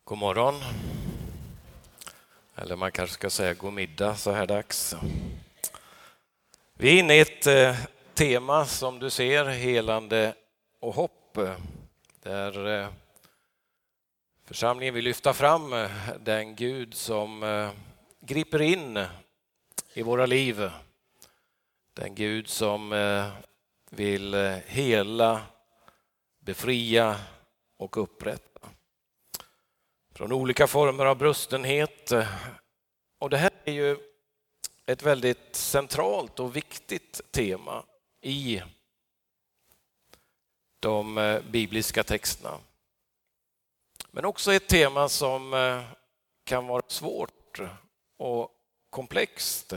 God morgon. Eller man kanske ska säga god middag så här dags. Vi är inne i ett tema som du ser, helande och hopp. Där församlingen vill lyfta fram den Gud som griper in i våra liv. Den Gud som vill hela, befria och upprätta från olika former av brustenhet. Och det här är ju ett väldigt centralt och viktigt tema i de bibliska texterna. Men också ett tema som kan vara svårt och komplext.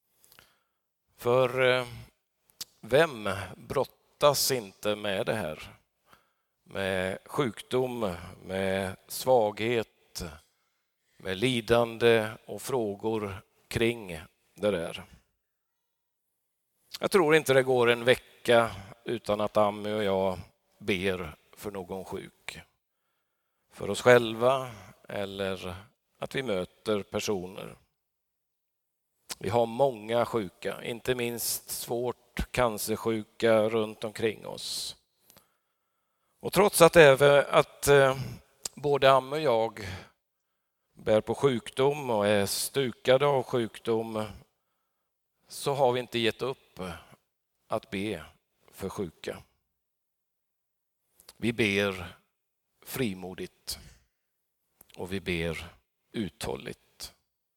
För vem brottas inte med det här? Med sjukdom, med svaghet, med lidande och frågor kring det där. Jag tror inte det går en vecka utan att Ami och jag ber för någon sjuk. För oss själva eller att vi möter personer. Vi har många sjuka, inte minst svårt cancersjuka runt omkring oss. Och trots att både Amme och jag bär på sjukdom och är stukade av sjukdom, så har vi inte gett upp att be för sjuka. Vi ber frimodigt och vi ber uthålligt.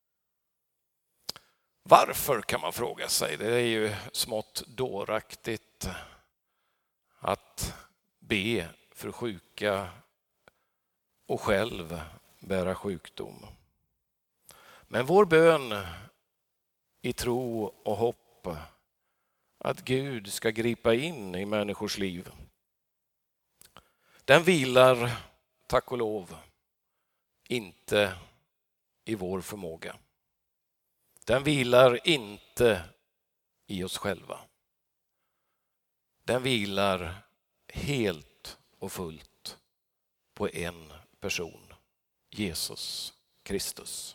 Varför kan man fråga sig? Det är ju smått dåraktigt att be för sjuka och själv bära sjukdom. Men vår bön i tro och hopp att Gud ska gripa in i människors liv, den vilar, tack och lov, inte i vår förmåga. Den vilar inte i oss själva. Den vilar helt och fullt på en person, Jesus Kristus.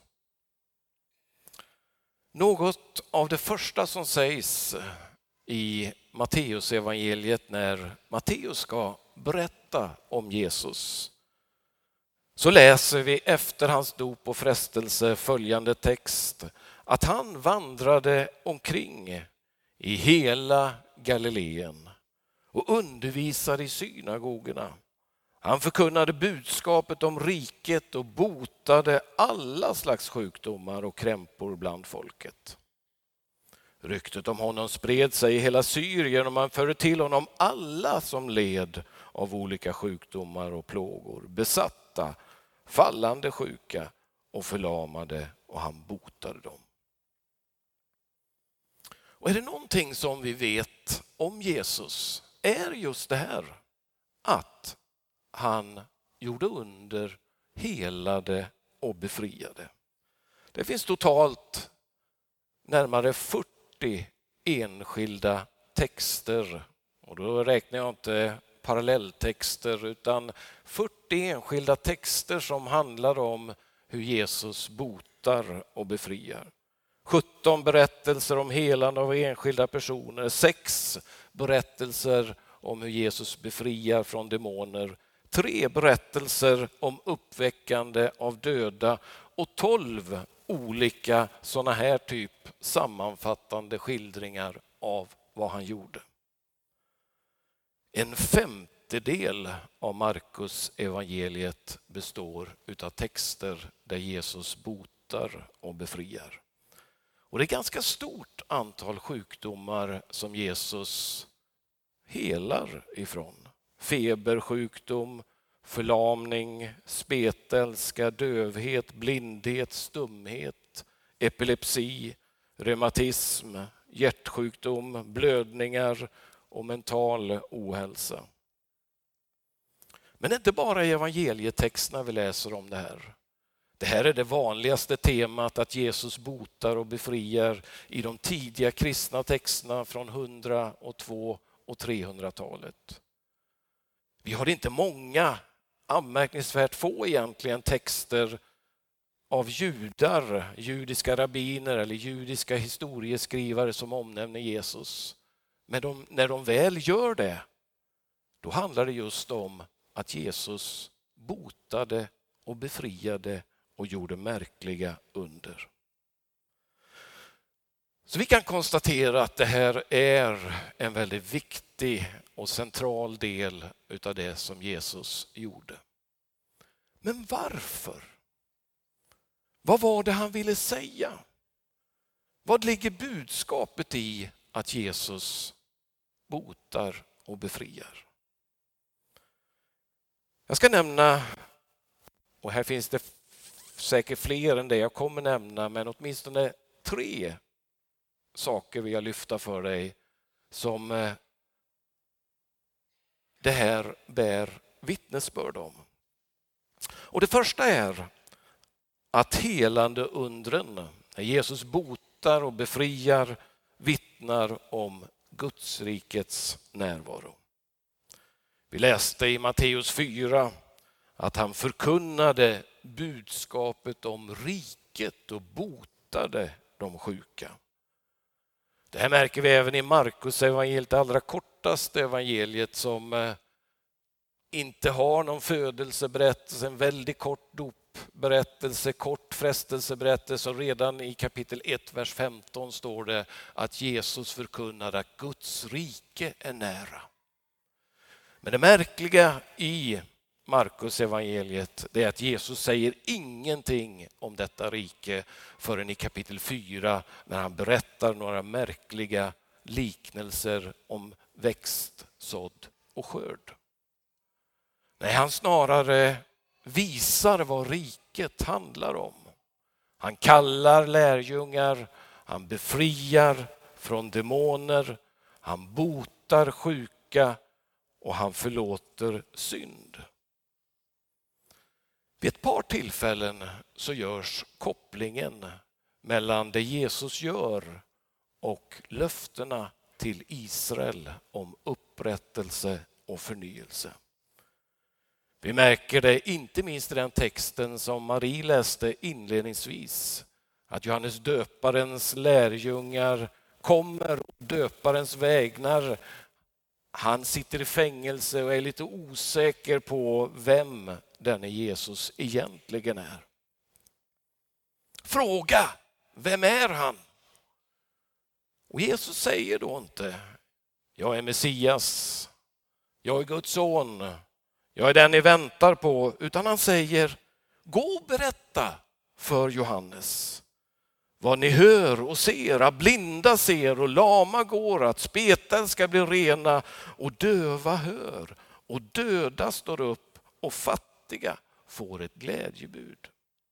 Något av det första som sägs i Matteus evangeliet när Matteus ska berätta om Jesus, så läser vi efter hans dop och frestelse följande text, att han vandrade omkring i hela Galileen och undervisade i synagogorna. Han förkunnade budskapet om riket och botade alla slags sjukdomar och krämpor bland folket. Ryktet om honom spred sig i hela Syrien och man förde till honom alla som led av olika sjukdomar och plågor, besatta, fallande sjuka och förlamade, och han botade dem. Och är det någonting som vi vet om Jesus är just det här, att han gjorde under, helade och befriade. Det finns totalt närmare 40 enskilda texter, och då räknar jag inte parallelltexter utan 40 enskilda texter som handlar om hur Jesus botar och befriar. 17 berättelser om helande av enskilda personer, 6 berättelser om hur Jesus befriar från demoner, 3 berättelser om uppväckande av döda och 12 olika såna här typ sammanfattande skildringar av vad han gjorde. En femtedel av Markus evangeliet består av texter där Jesus botar och befriar. Och det är ganska stort antal sjukdomar som Jesus helar ifrån. Febersjukdom, förlamning, spetälska, dövhet, blindhet, stumhet, epilepsi, reumatism, hjärtsjukdom, blödningar och mental ohälsa. Men det är inte bara i evangelietexterna vi läser om det här. Det här är det vanligaste temat, att Jesus botar och befriar i de tidiga kristna texterna från 100-, 200- och 300-talet. Vi har inte många anmärkningsvärt få egentligen texter av judar, judiska rabbiner eller judiska historieskrivare som omnämner Jesus. Men när de väl gör det, då handlar det just om att Jesus botade och befriade och gjorde märkliga under. Så vi kan konstatera att det här är en väldigt viktig och central del av det som Jesus gjorde. Men varför? Vad var det han ville säga? Vad ligger budskapet i att Jesus botar och befriar? Jag ska nämna, och här finns det säkert fler än det jag kommer nämna, men åtminstone 3 saker vill jag lyfta för dig som det här bär vittnesbörd om. Och det första är att helande undren, när Jesus botar och befriar, vittnar om Guds rikets närvaro. Vi läste i Matteus 4 att han förkunnade budskapet om riket och botade de sjuka. Det här märker vi även i Markus evangeliet, det allra kortaste evangeliet som inte har någon födelseberättelse, en väldigt kort dopberättelse, kort frestelseberättelse. Och redan i kapitel 1, vers 15 står det att Jesus förkunnade att Guds rike är nära. Men det märkliga i Markus evangeliet, det är att Jesus säger ingenting om detta rike förrän i kapitel 4 när han berättar några märkliga liknelser om växt, sådd och skörd. Nej, han snarare visar vad riket handlar om. Han kallar lärjungar, han befriar från demoner, han botar sjuka och han förlåter synd. Vid ett par tillfällen så görs kopplingen mellan det Jesus gör och löftena till Israel om upprättelse och förnyelse. Vi märker det inte minst i den texten som Marie läste inledningsvis. Att Johannes döparens lärjungar kommer och döparens vägnar. Han sitter i fängelse och är lite osäker på vem denne Jesus egentligen är. Fråga, vem är han? Och Jesus säger då inte, jag är Messias, jag är Guds son, jag är den ni väntar på, utan han säger, gå och berätta för Johannes vad ni hör och ser, att blinda ser och lama går, att spetälska ska bli rena och döva hör och döda står upp och fattiga får ett glädjebud.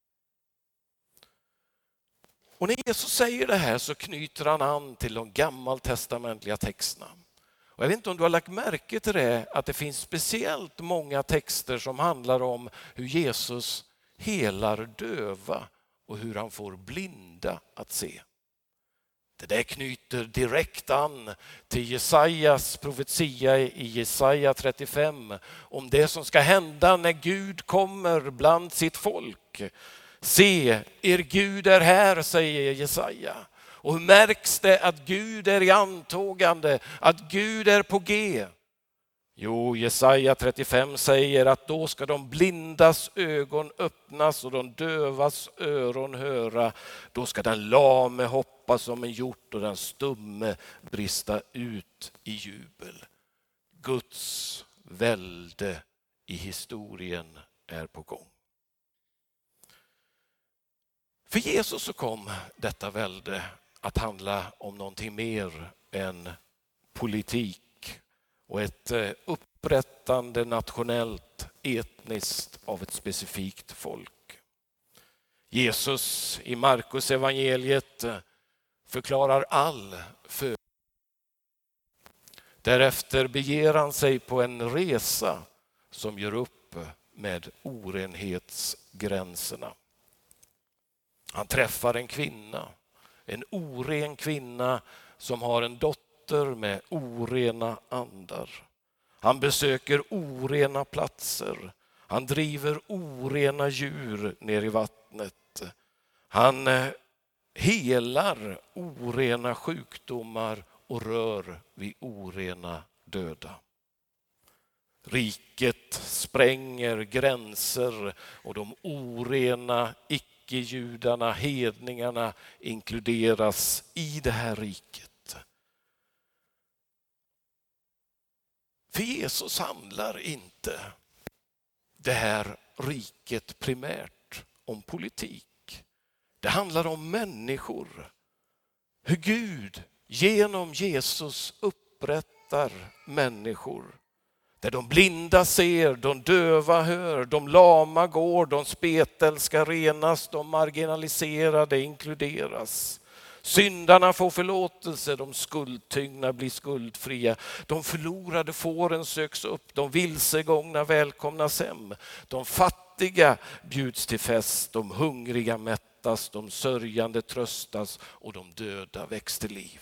Och när Jesus säger det här så knyter han an till de gammaltestamentliga texterna. Och jag vet inte om du har lagt märke till det, att det finns speciellt många texter som handlar om hur Jesus helar döva och hur han får blinda att se. Det där knyter direkt an till Jesajas profetia i Jesaja 35 om det som ska hända när Gud kommer bland sitt folk. Se, er Gud är här, säger Jesaja. Och hur märks det att Gud är i antågande, att Gud är på G? Jo, Jesaja 35 säger att då ska de blindas ögon öppnas och de dövas öron höra. Då ska den lame hoppa som en hjort och den stumme brista ut i jubel. Guds välde i historien är på gång. För Jesus så kom detta välde att handla om någonting mer än politik och ett upprättande nationellt, etniskt av ett specifikt folk. Jesus i Markus evangeliet förklarar all födelse. Därefter beger han sig på en resa som gör upp med orenhetsgränserna. Han träffar en kvinna, en oren kvinna som har en dotter med orena andar. Han besöker orena platser. Han driver orena djur ner i vattnet. Han helar orena sjukdomar och rör vid orena döda. Riket spränger gränser och de orena icke-judarna, hedningarna inkluderas i det här riket. För Jesus handlar inte det här riket primärt om politik. Det handlar om människor. Hur Gud genom Jesus upprättar människor. Där de blinda ser, de döva hör, de lama går, de spetälska renas, de marginaliserade inkluderas. Syndarna får förlåtelse, de skuldtyngda blir skuldfria. De förlorade fåren söks upp, de vilsegångna välkomnas hem. De fattiga bjuds till fest, de hungriga mättas, de sörjande tröstas och de döda väcks till liv.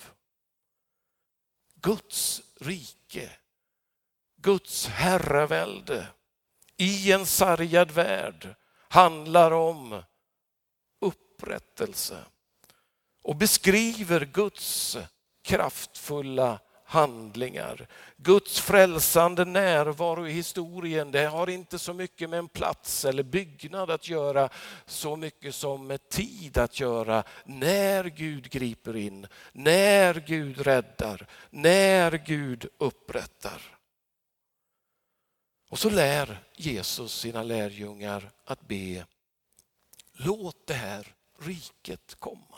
Guds rike, Guds herravälde i en sargad värld handlar om upprättelse och beskriver Guds kraftfulla handlingar. Guds frälsande närvaro i historien, det har inte så mycket med en plats eller byggnad att göra, så mycket som med tid att göra. När Gud griper in, när Gud räddar, när Gud upprättar. Och så lär Jesus sina lärjungar att be: låt det här riket komma.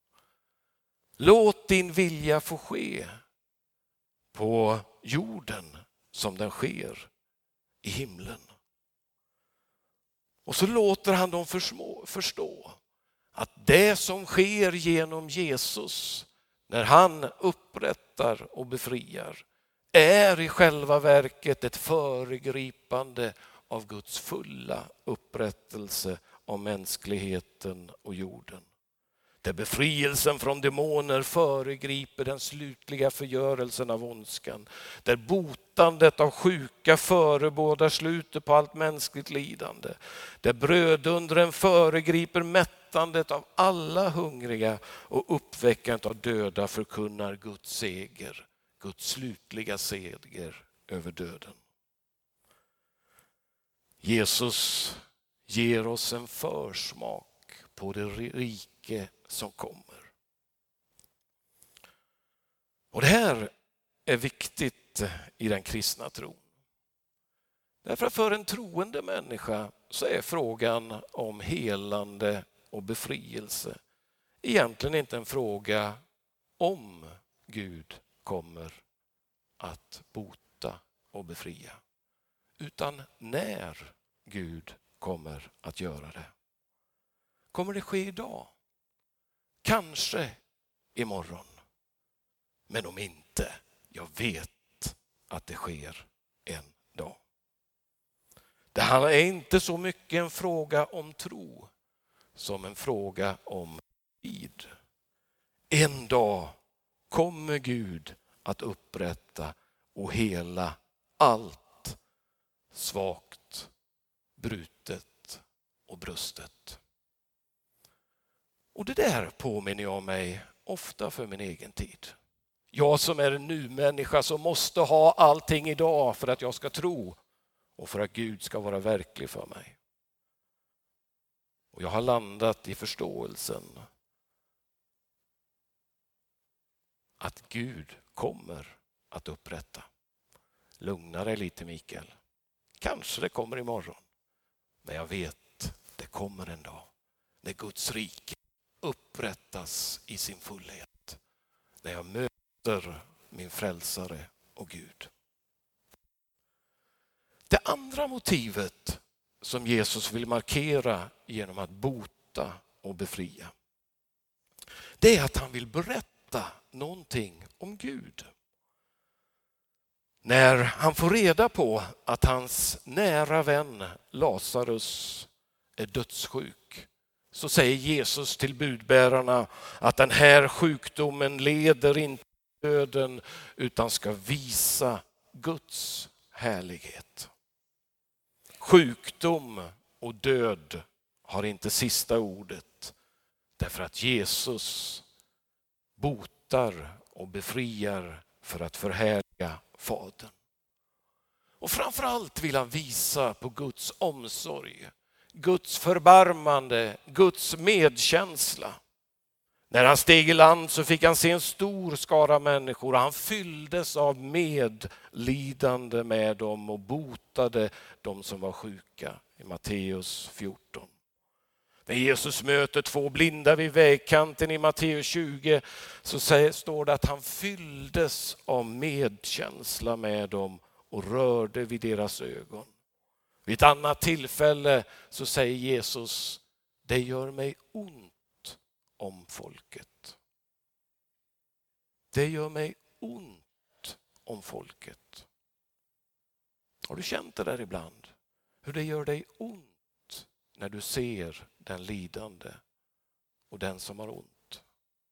Låt din vilja få ske på jorden som den sker i himlen. Och så låter han dem förstå att det som sker genom Jesus när han upprättar och befriar är i själva verket ett föregripande av Guds fulla upprättelse av mänskligheten och jorden. Där befrielsen från demoner föregriper den slutliga förgörelsen av ondskan. Där botandet av sjuka förebådar slutet på allt mänskligt lidande. Där brödundren föregriper mättandet av alla hungriga och uppväckandet av döda förkunnar Guds seger. Guds slutliga seger över döden. Jesus ger oss en försmak på det rike som kommer. Och det här är viktigt i den kristna tron. Därför att för en troende människa så är frågan om helande och befrielse egentligen inte en fråga om Gud kommer att bota och befria, utan när Gud kommer att göra det. Kommer det ske idag? Kanske imorgon. Men om inte, jag vet att det sker en dag. Det här är inte så mycket en fråga om tro som en fråga om tid. En dag kommer Gud att upprätta och hela allt svagt, brutet och brustet. Och det där påminner jag mig ofta för min egen tid. Jag som är en nu-människa som måste ha allting idag för att jag ska tro och för att Gud ska vara verklig för mig. Och jag har landat i förståelsen att Gud kommer att upprätta. Lugna dig lite, Mikael. Kanske det kommer imorgon. Men jag vet, det kommer en dag när Guds rike upprättas i sin fullhet. När jag möter min frälsare och Gud. Det andra motivet som Jesus vill markera genom att bota och befria, det är att han vill berätta någonting om Gud. När han får reda på att hans nära vän Lazarus är dödssjuk, så säger Jesus till budbärarna att den här sjukdomen leder inte till döden utan ska visa Guds härlighet. Sjukdom och död har inte sista ordet, därför att Jesus botar och befriar för att förhärliga Fadern. Och framförallt vill han visa på Guds omsorg, Guds förbarmande, Guds medkänsla. När han steg i land så fick han se en stor skara människor och han fylldes av medlidande med dem och botade de som var sjuka i Matteus 14. När Jesus möter 2 blinda vid vägkanten i Matteus 20 så står det att han fylldes av medkänsla med dem och rörde vid deras ögon. Vid ett annat tillfälle så säger Jesus, det gör mig ont om folket. Det gör mig ont om folket. Har du känt det där ibland? Hur det gör dig ont när du ser den lidande och den som har ont.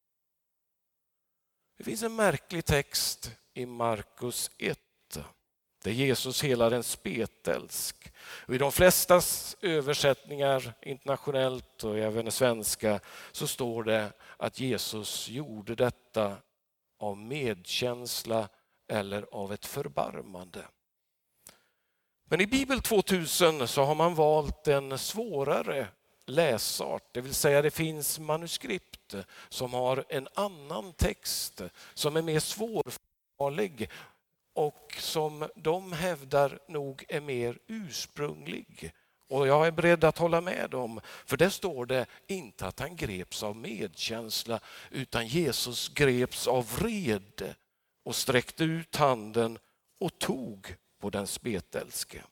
Det finns en märklig text i Markus 1 där Jesus helar en spetälsk. Och i de flesta översättningar internationellt och även i svenska så står det att Jesus gjorde detta av medkänsla eller av ett förbarmande. Men i Bibel 2000 så har man valt en svårare läsart, det vill säga det finns manuskript som har en annan text som är mer svårförklarlig och som de hävdar nog är mer ursprunglig. Och jag är beredd att hålla med dem, för där står det inte att han greps av medkänsla utan Jesus greps av vrede och sträckte ut handen och tog på den spetälske.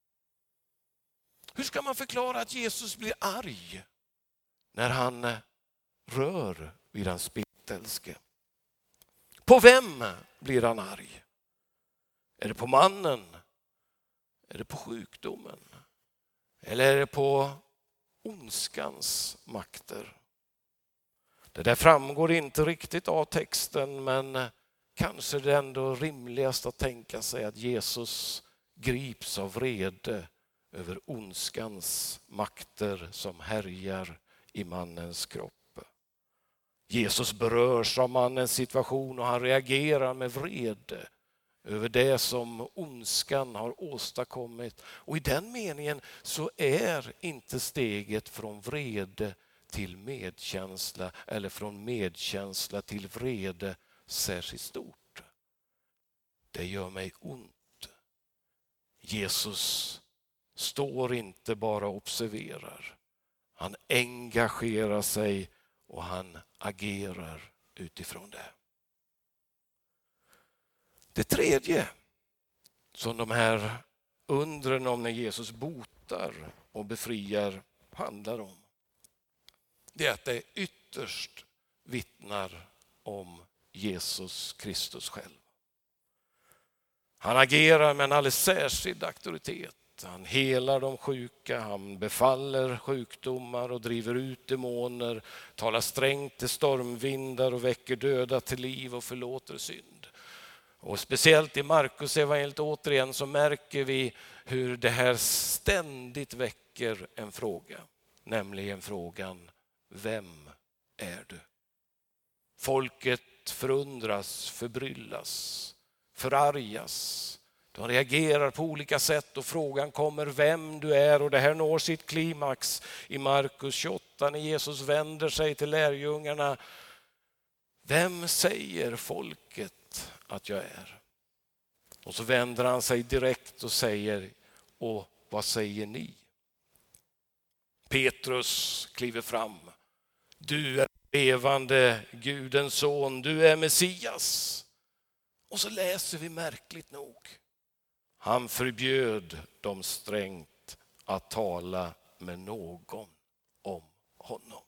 Hur ska man förklara att Jesus blir arg när han rör vid den spetälske? På vem blir han arg? Är det på mannen? Är det på sjukdomen? Eller är det på ondskans makter? Det där framgår inte riktigt av texten, men kanske det är ändå rimligast att tänka sig att Jesus grips av vrede över ondskans makter som härjar i mannens kropp. Jesus berörs av mannens situation och han reagerar med vrede över det som ondskan har åstadkommit. Och i den meningen så är inte steget från vrede till medkänsla eller från medkänsla till vrede särskilt stort. Det gör mig ont. Jesus står inte bara och observerar. Han engagerar sig och han agerar utifrån det. Det tredje som de här undren om när Jesus botar och befriar handlar om, det är att det ytterst vittnar om Jesus Kristus själv. Han agerar med en alldeles särskild auktoritet. Han helar de sjuka, han befaller sjukdomar och driver ut demoner, talar strängt till stormvindar och väcker döda till liv och förlåter synd. Och speciellt i Markus evangeliet återigen så märker vi hur det här ständigt väcker en fråga, nämligen frågan: vem är du? Folket förundras, förbryllas, förargas. De reagerar på olika sätt och frågan kommer vem du är, och det här når sitt klimax i Markus 28 när Jesus vänder sig till lärjungarna. Vem säger folket att jag är? Och så vänder han sig direkt och säger: och vad säger ni? Petrus kliver fram. Du är levande Gudens son, du är Messias. Och så läser vi märkligt nog: han förbjöd dem strängt att tala med någon om honom.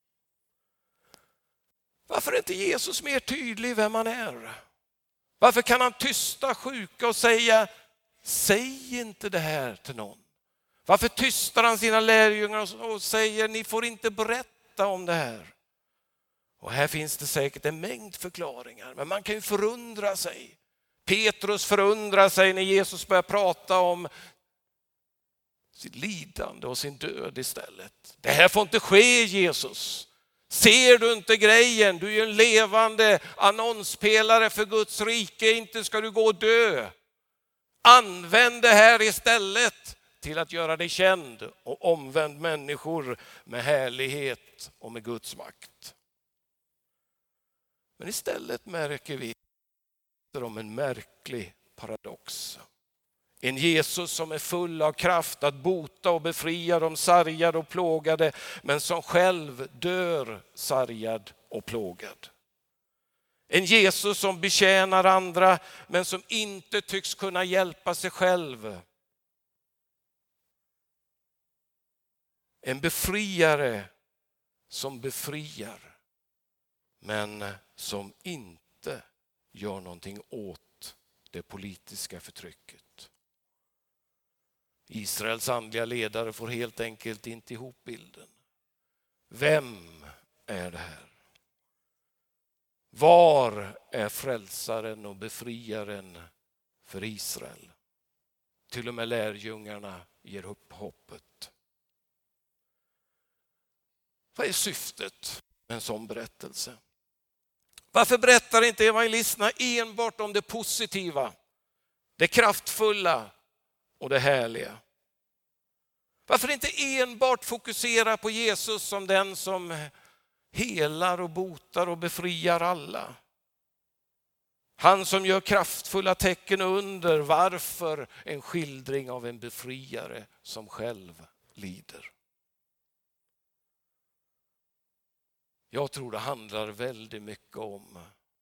Varför är inte Jesus mer tydlig vem han är? Varför kan han tysta sjuka och säga: säg inte det här till någon? Varför tystar han sina lärjungar och säger: ni får inte berätta om det här? Och här finns det säkert en mängd förklaringar, men man kan ju förundra sig. Petrus förundrar sig när Jesus börjar prata om sitt lidande och sin död istället. Det här får inte ske, Jesus. Ser du inte grejen? Du är ju en levande annonspelare för Guds rike. Inte ska du gå och dö. Använd det här istället till att göra dig känd och omvänd människor med härlighet och med Guds makt. Men istället märker vi om en märklig paradox. En Jesus som är full av kraft att bota och befria de sargade och plågade, men som själv dör sargad och plågad. En Jesus som betjänar andra, men som inte tycks kunna hjälpa sig själv. En befriare som befriar, men som inte gör någonting åt det politiska förtrycket. Israels andliga ledare får helt enkelt inte ihop bilden. Vem är det här? Var är frälsaren och befriaren för Israel? Till och med lärjungarna ger upp hoppet. Vad är syftet med en sån berättelse? Varför berättar inte evangelisterna enbart om det positiva, det kraftfulla och det härliga? Varför inte enbart fokusera på Jesus som den som helar och botar och befriar alla? Han som gör kraftfulla tecken och under. Varför en skildring av en befriare som själv lider? Jag tror det handlar väldigt mycket om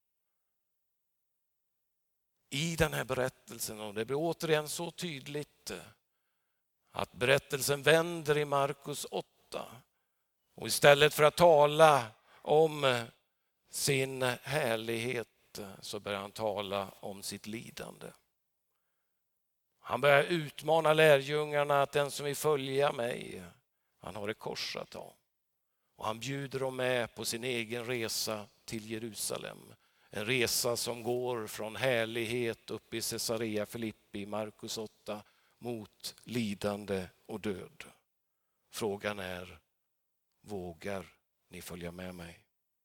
i den här berättelsen, och det blir återigen så tydligt att berättelsen vänder i Markus 8. Och istället för att tala om sin härlighet så börjar han tala om sitt lidande. Han börjar utmana lärjungarna att den som vill följa mig, han har ett kors att ta. Och han bjuder dem med på sin egen resa till Jerusalem. En resa som går från härlighet upp i Caesarea Filippi i Markus 8 mot lidande och död. Frågan är, vågar ni följa med mig?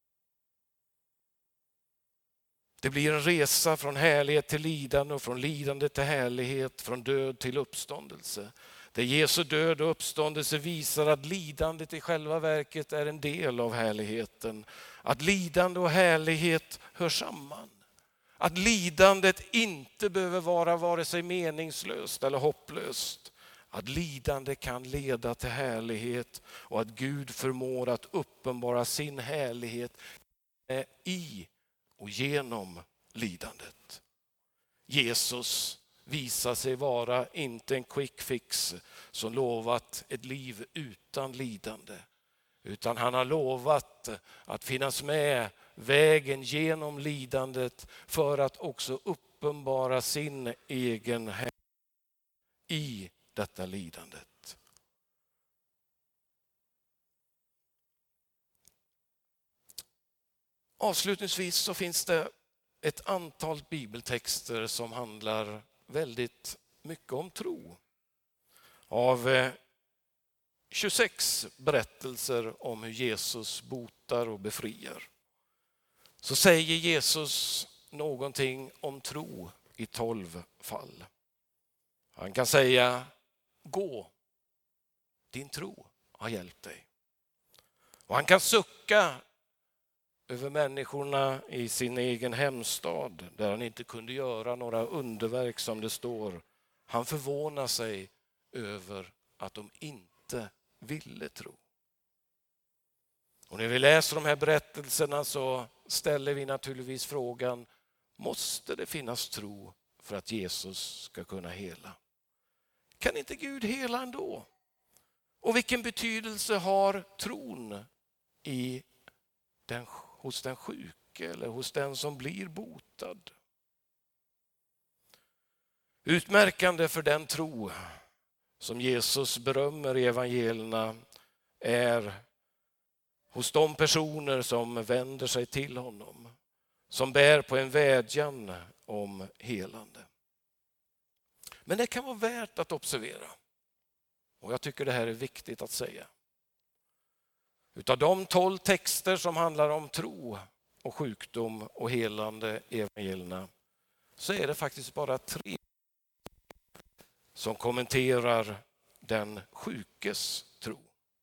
Det blir en resa från härlighet till lidande och från lidande till härlighet, från död till uppståndelse. Där Jesu död och uppståndelse visar att lidandet i själva verket är en del av härligheten. Att lidande och härlighet hör samman. Att lidandet inte behöver vara vare sig meningslöst eller hopplöst. Att lidande kan leda till härlighet och att Gud förmår att uppenbara sin härlighet i och genom lidandet. Jesus visar sig vara inte en quick fix som lovat ett liv utan lidande. Utan han har lovat att finnas med vägen genom lidandet för att också uppenbara sin egen härlighet i detta lidandet. Avslutningsvis så finns det ett antal bibeltexter som handlar väldigt mycket om tro. Av 26 berättelser om hur Jesus botar och befriar så säger Jesus någonting om tro i 12 fall. Han kan säga, gå, din tro har hjälpt dig. Och han kan sucka över människorna i sin egen hemstad där han inte kunde göra några underverk som det står. Han förvånar sig över att de inte ville tro. Och när vi läser de här berättelserna så ställer vi naturligtvis frågan, måste det finnas tro för att Jesus ska kunna hela? Kan inte Gud hela ändå? Och vilken betydelse har tron hos den sjuke eller hos den som blir botad? Utmärkande för den tro som Jesus berömmer i evangelierna är hos de personer som vänder sig till honom, som bär på en vädjan om helande. Men det kan vara värt att observera Och jag tycker det här är viktigt att säga. Utav de 12 texter som handlar om tro och sjukdom och helande i evangelierna så är det faktiskt bara 3 som kommenterar den sjukes tro.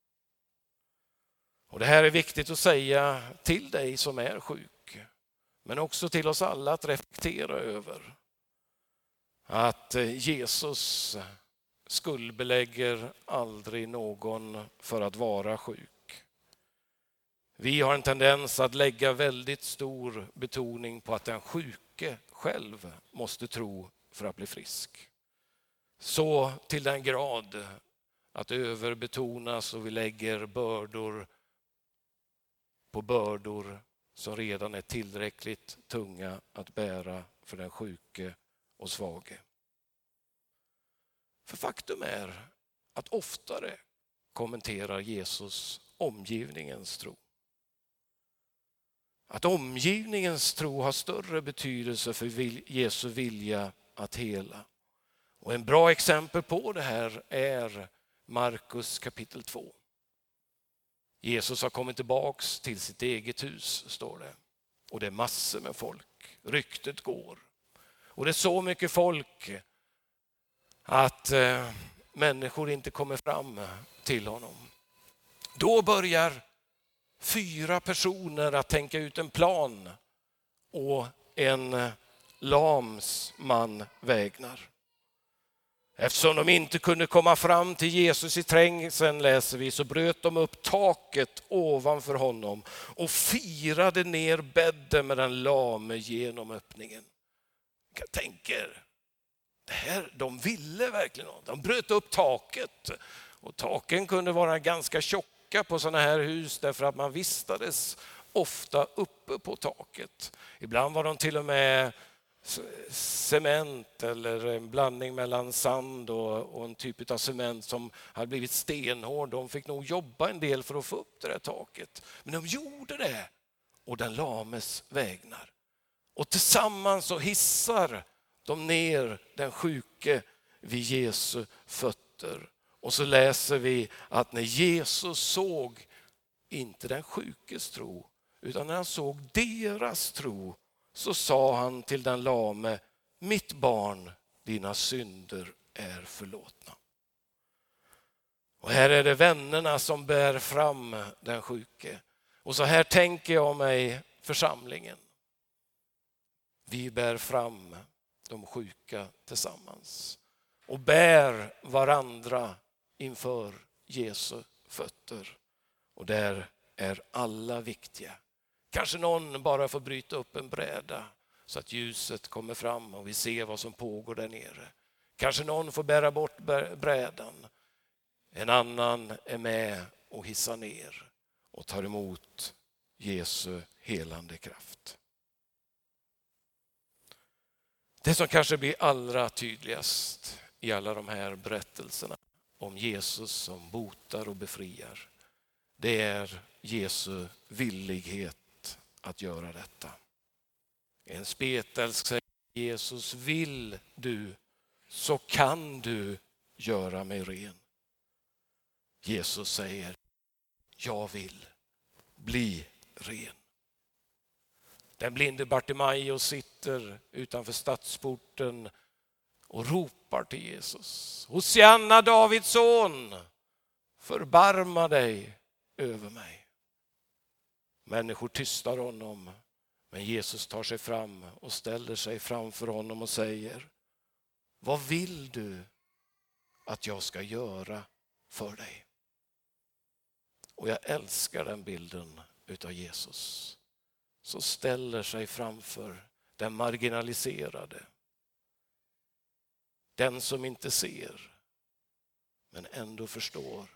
Och det här är viktigt att säga till dig som är sjuk, men också till oss alla att reflektera över att Jesus skuldbelägger aldrig någon för att vara sjuk. Vi har en tendens att lägga väldigt stor betoning på att den sjuke själv måste tro för att bli frisk. Så till den grad att överbetonas och vi lägger bördor på bördor som redan är tillräckligt tunga att bära för den sjuke och svage. För faktum är att oftare kommenterar Jesus omgivningens tro. Att omgivningens tro har större betydelse för Jesu vilja att hela. Och en bra exempel på det här är Markus kapitel 2. Jesus har kommit tillbaks till sitt eget hus, står det. Och det är massor med folk. Ryktet går. Och det är så mycket folk att människor inte kommer fram till honom. Då börjar 4 personer att tänka ut en plan och en lams man vägnar. Eftersom de inte kunde komma fram till Jesus i trängseln, läser vi, så bröt de upp taket ovanför honom och firade ner bädden med den lame genom öppningen. Jag tänker, det här, de ville verkligen något. De bröt upp taket, och taken kunde vara ganska tjocka på sådana här hus därför att man vistades ofta uppe på taket. Ibland var de till och med cement eller en blandning mellan sand och en typ av cement som hade blivit stenhård. De fick nog jobba en del för att få upp det där taket. Men de gjorde det, och den lames vägnar. Och tillsammans så hissar de ner den sjuke vid Jesu fötter. Och så läser vi att när Jesus såg inte den sjukes tro, utan när han såg deras tro, så sa han till den lame: mitt barn, dina synder är förlåtna. Och här är det vännerna som bär fram den sjuke. Och så här tänker jag mig församlingen. Vi bär fram de sjuka tillsammans och bär varandra inför Jesu fötter. Och där är alla viktiga. Kanske någon bara får bryta upp en bräda så att ljuset kommer fram och vi ser vad som pågår där nere. Kanske någon får bära bort brädan. En annan är med och hissar ner och tar emot Jesu helande kraft. Det som kanske blir allra tydligast i alla de här berättelserna om Jesus som botar och befriar, det är Jesu villighet att göra detta. En spetälsk säger: Jesus, vill du så kan du göra mig ren. Jesus säger: jag vill bli ren. Den blinde Bartimaeus sitter utanför stadsporten och ropar till Jesus: Hosianna, Davids son, förbarma dig över mig. Människor tystar honom, men Jesus tar sig fram och ställer sig framför honom och säger: vad vill du att jag ska göra för dig? Och jag älskar den bilden utav Jesus som ställer sig framför den marginaliserade, den som inte ser men ändå förstår.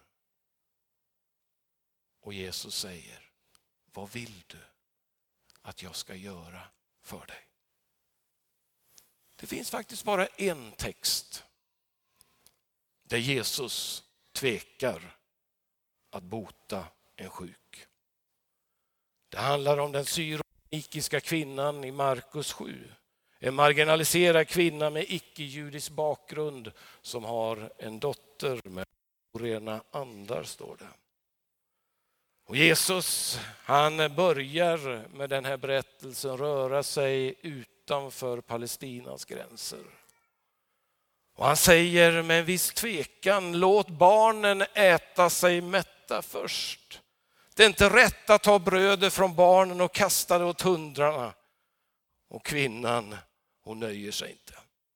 Och Jesus säger: vad vill du att jag ska göra för dig? Det finns faktiskt bara en text där Jesus tvekar att bota en sjuk. Det handlar om den syriska kvinnan i Markus 7. En marginaliserad kvinna med icke-judisk bakgrund som har en dotter med orena andar, står det. Och Jesus, han börjar med den här berättelsen röra sig utanför Palestinas gränser. Och han säger med en viss tvekan: låt barnen äta sig mätta först. Det är inte rätt att ta brödet från barnen och kasta det åt hundrarna. Och kvinnan, hon nöjer sig inte.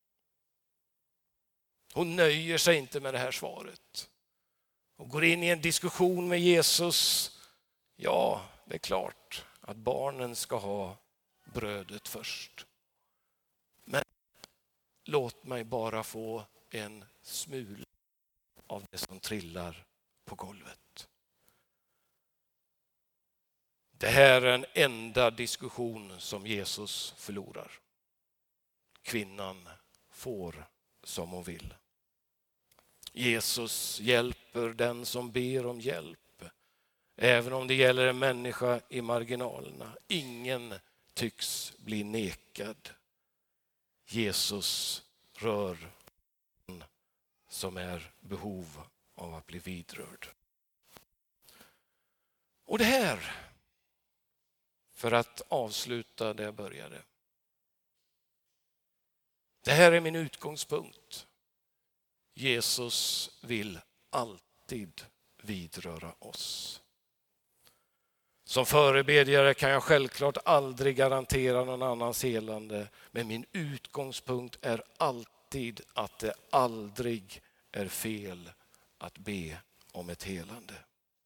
Hon nöjer sig inte med det här svaret. Och går in i en diskussion med Jesus. Ja, det är klart att barnen ska ha brödet först. Men låt mig bara få en smula av det som trillar på golvet. Det här är en enda diskussion som Jesus förlorar. Kvinnan får som hon vill. Jesus hjälper den som ber om hjälp, även om det gäller en människa i marginalerna. Ingen tycks bli nekad. Jesus rör den som är behov av att bli vidrörd. Och det här, för att avsluta det jag började. Det här är min utgångspunkt. Jesus vill alltid vidröra oss. Som förebedjare kan jag självklart aldrig garantera någon annans helande, men min utgångspunkt är alltid att det aldrig är fel att be om ett helande.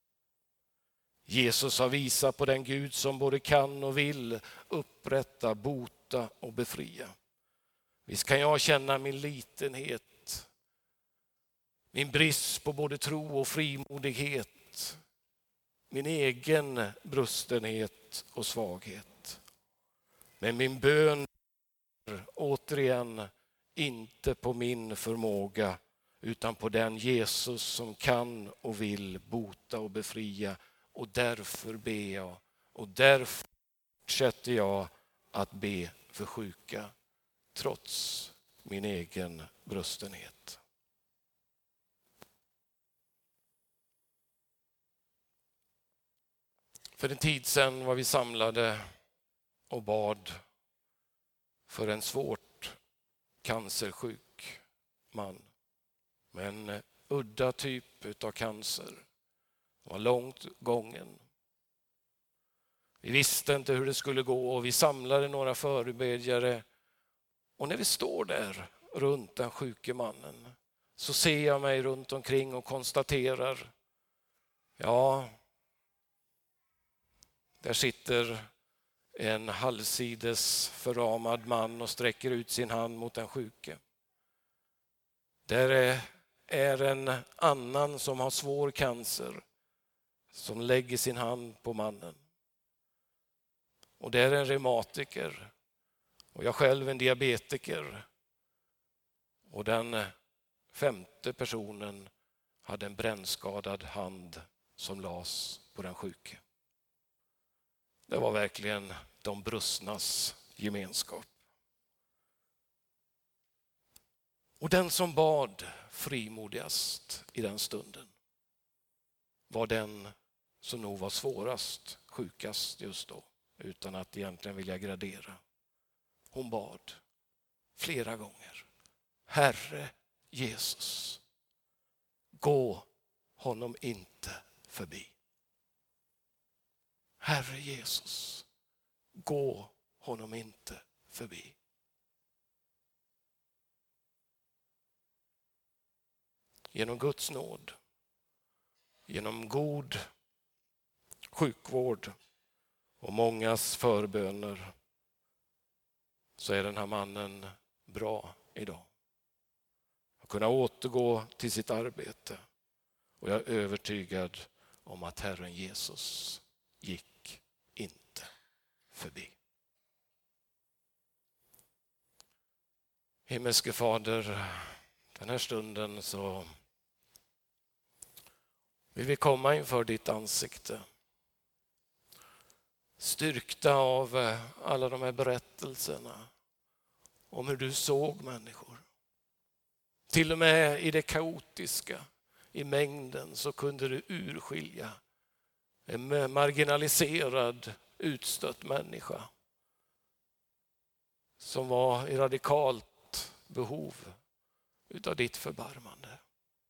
Jesus har visat på den Gud som både kan och vill upprätta, bota och befria. Visst kan jag känna min litenhet, min brist på både tro och frimodighet, min egen brustenhet och svaghet. Men min bön är återigen inte på min förmåga utan på den Jesus som kan och vill bota och befria. Och därför ber jag och därför fortsätter jag att be för sjuka trots min egen brustenhet. För en tid sedan var vi samlade och bad för en svårt cancersjuk man med en udda typ av cancer. Han var långt gången. Vi visste inte hur det skulle gå och vi samlade några förebedjare. Och när vi står där runt den sjuke mannen så ser jag mig runt omkring och konstaterar, ja, där sitter en halvsides förramad man och sträcker ut sin hand mot den sjuke. Där är en annan som har svår cancer som lägger sin hand på mannen. Och där är en reumatiker och jag själv en diabetiker. Och den femte personen hade en brännskadad hand som lades på den sjuke. Det var verkligen de brustnas gemenskap. Och den som bad frimodigast i den stunden var den som nog var svårast, sjukast just då, utan att egentligen vilja gradera. Hon bad flera gånger: Herre Jesus, gå honom inte förbi. Herre Jesus, gå honom inte förbi. Genom Guds nåd, genom god sjukvård och mångas förböner så är den här mannen bra idag. Att kunna återgå till sitt arbete. Och jag är övertygad om att Herren Jesus gick inte förbi. Himmelske Fader, den här stunden så vill vi komma inför ditt ansikte. Styrkta av alla de här berättelserna om hur du såg människor. Till och med i det kaotiska, i mängden så kunde du urskilja en marginaliserad, utstött människa som var i radikalt behov utav ditt förbarmande.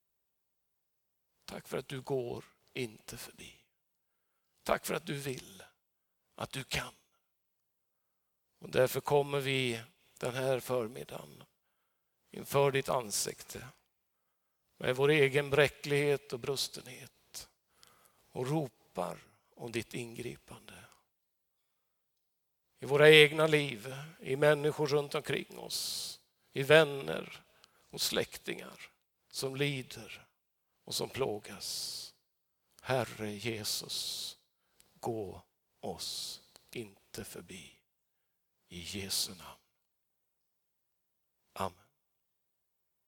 Tack för att du går inte förbi. Tack för att du vill, att du kan. Och därför kommer vi den här förmiddagen inför ditt ansikte med vår egen bräcklighet och brustenhet och ropar om ditt ingripande. I våra egna liv, i människor runt omkring oss, i vänner och släktingar som lider och som plågas. Herre Jesus, gå oss inte förbi. I Jesu namn.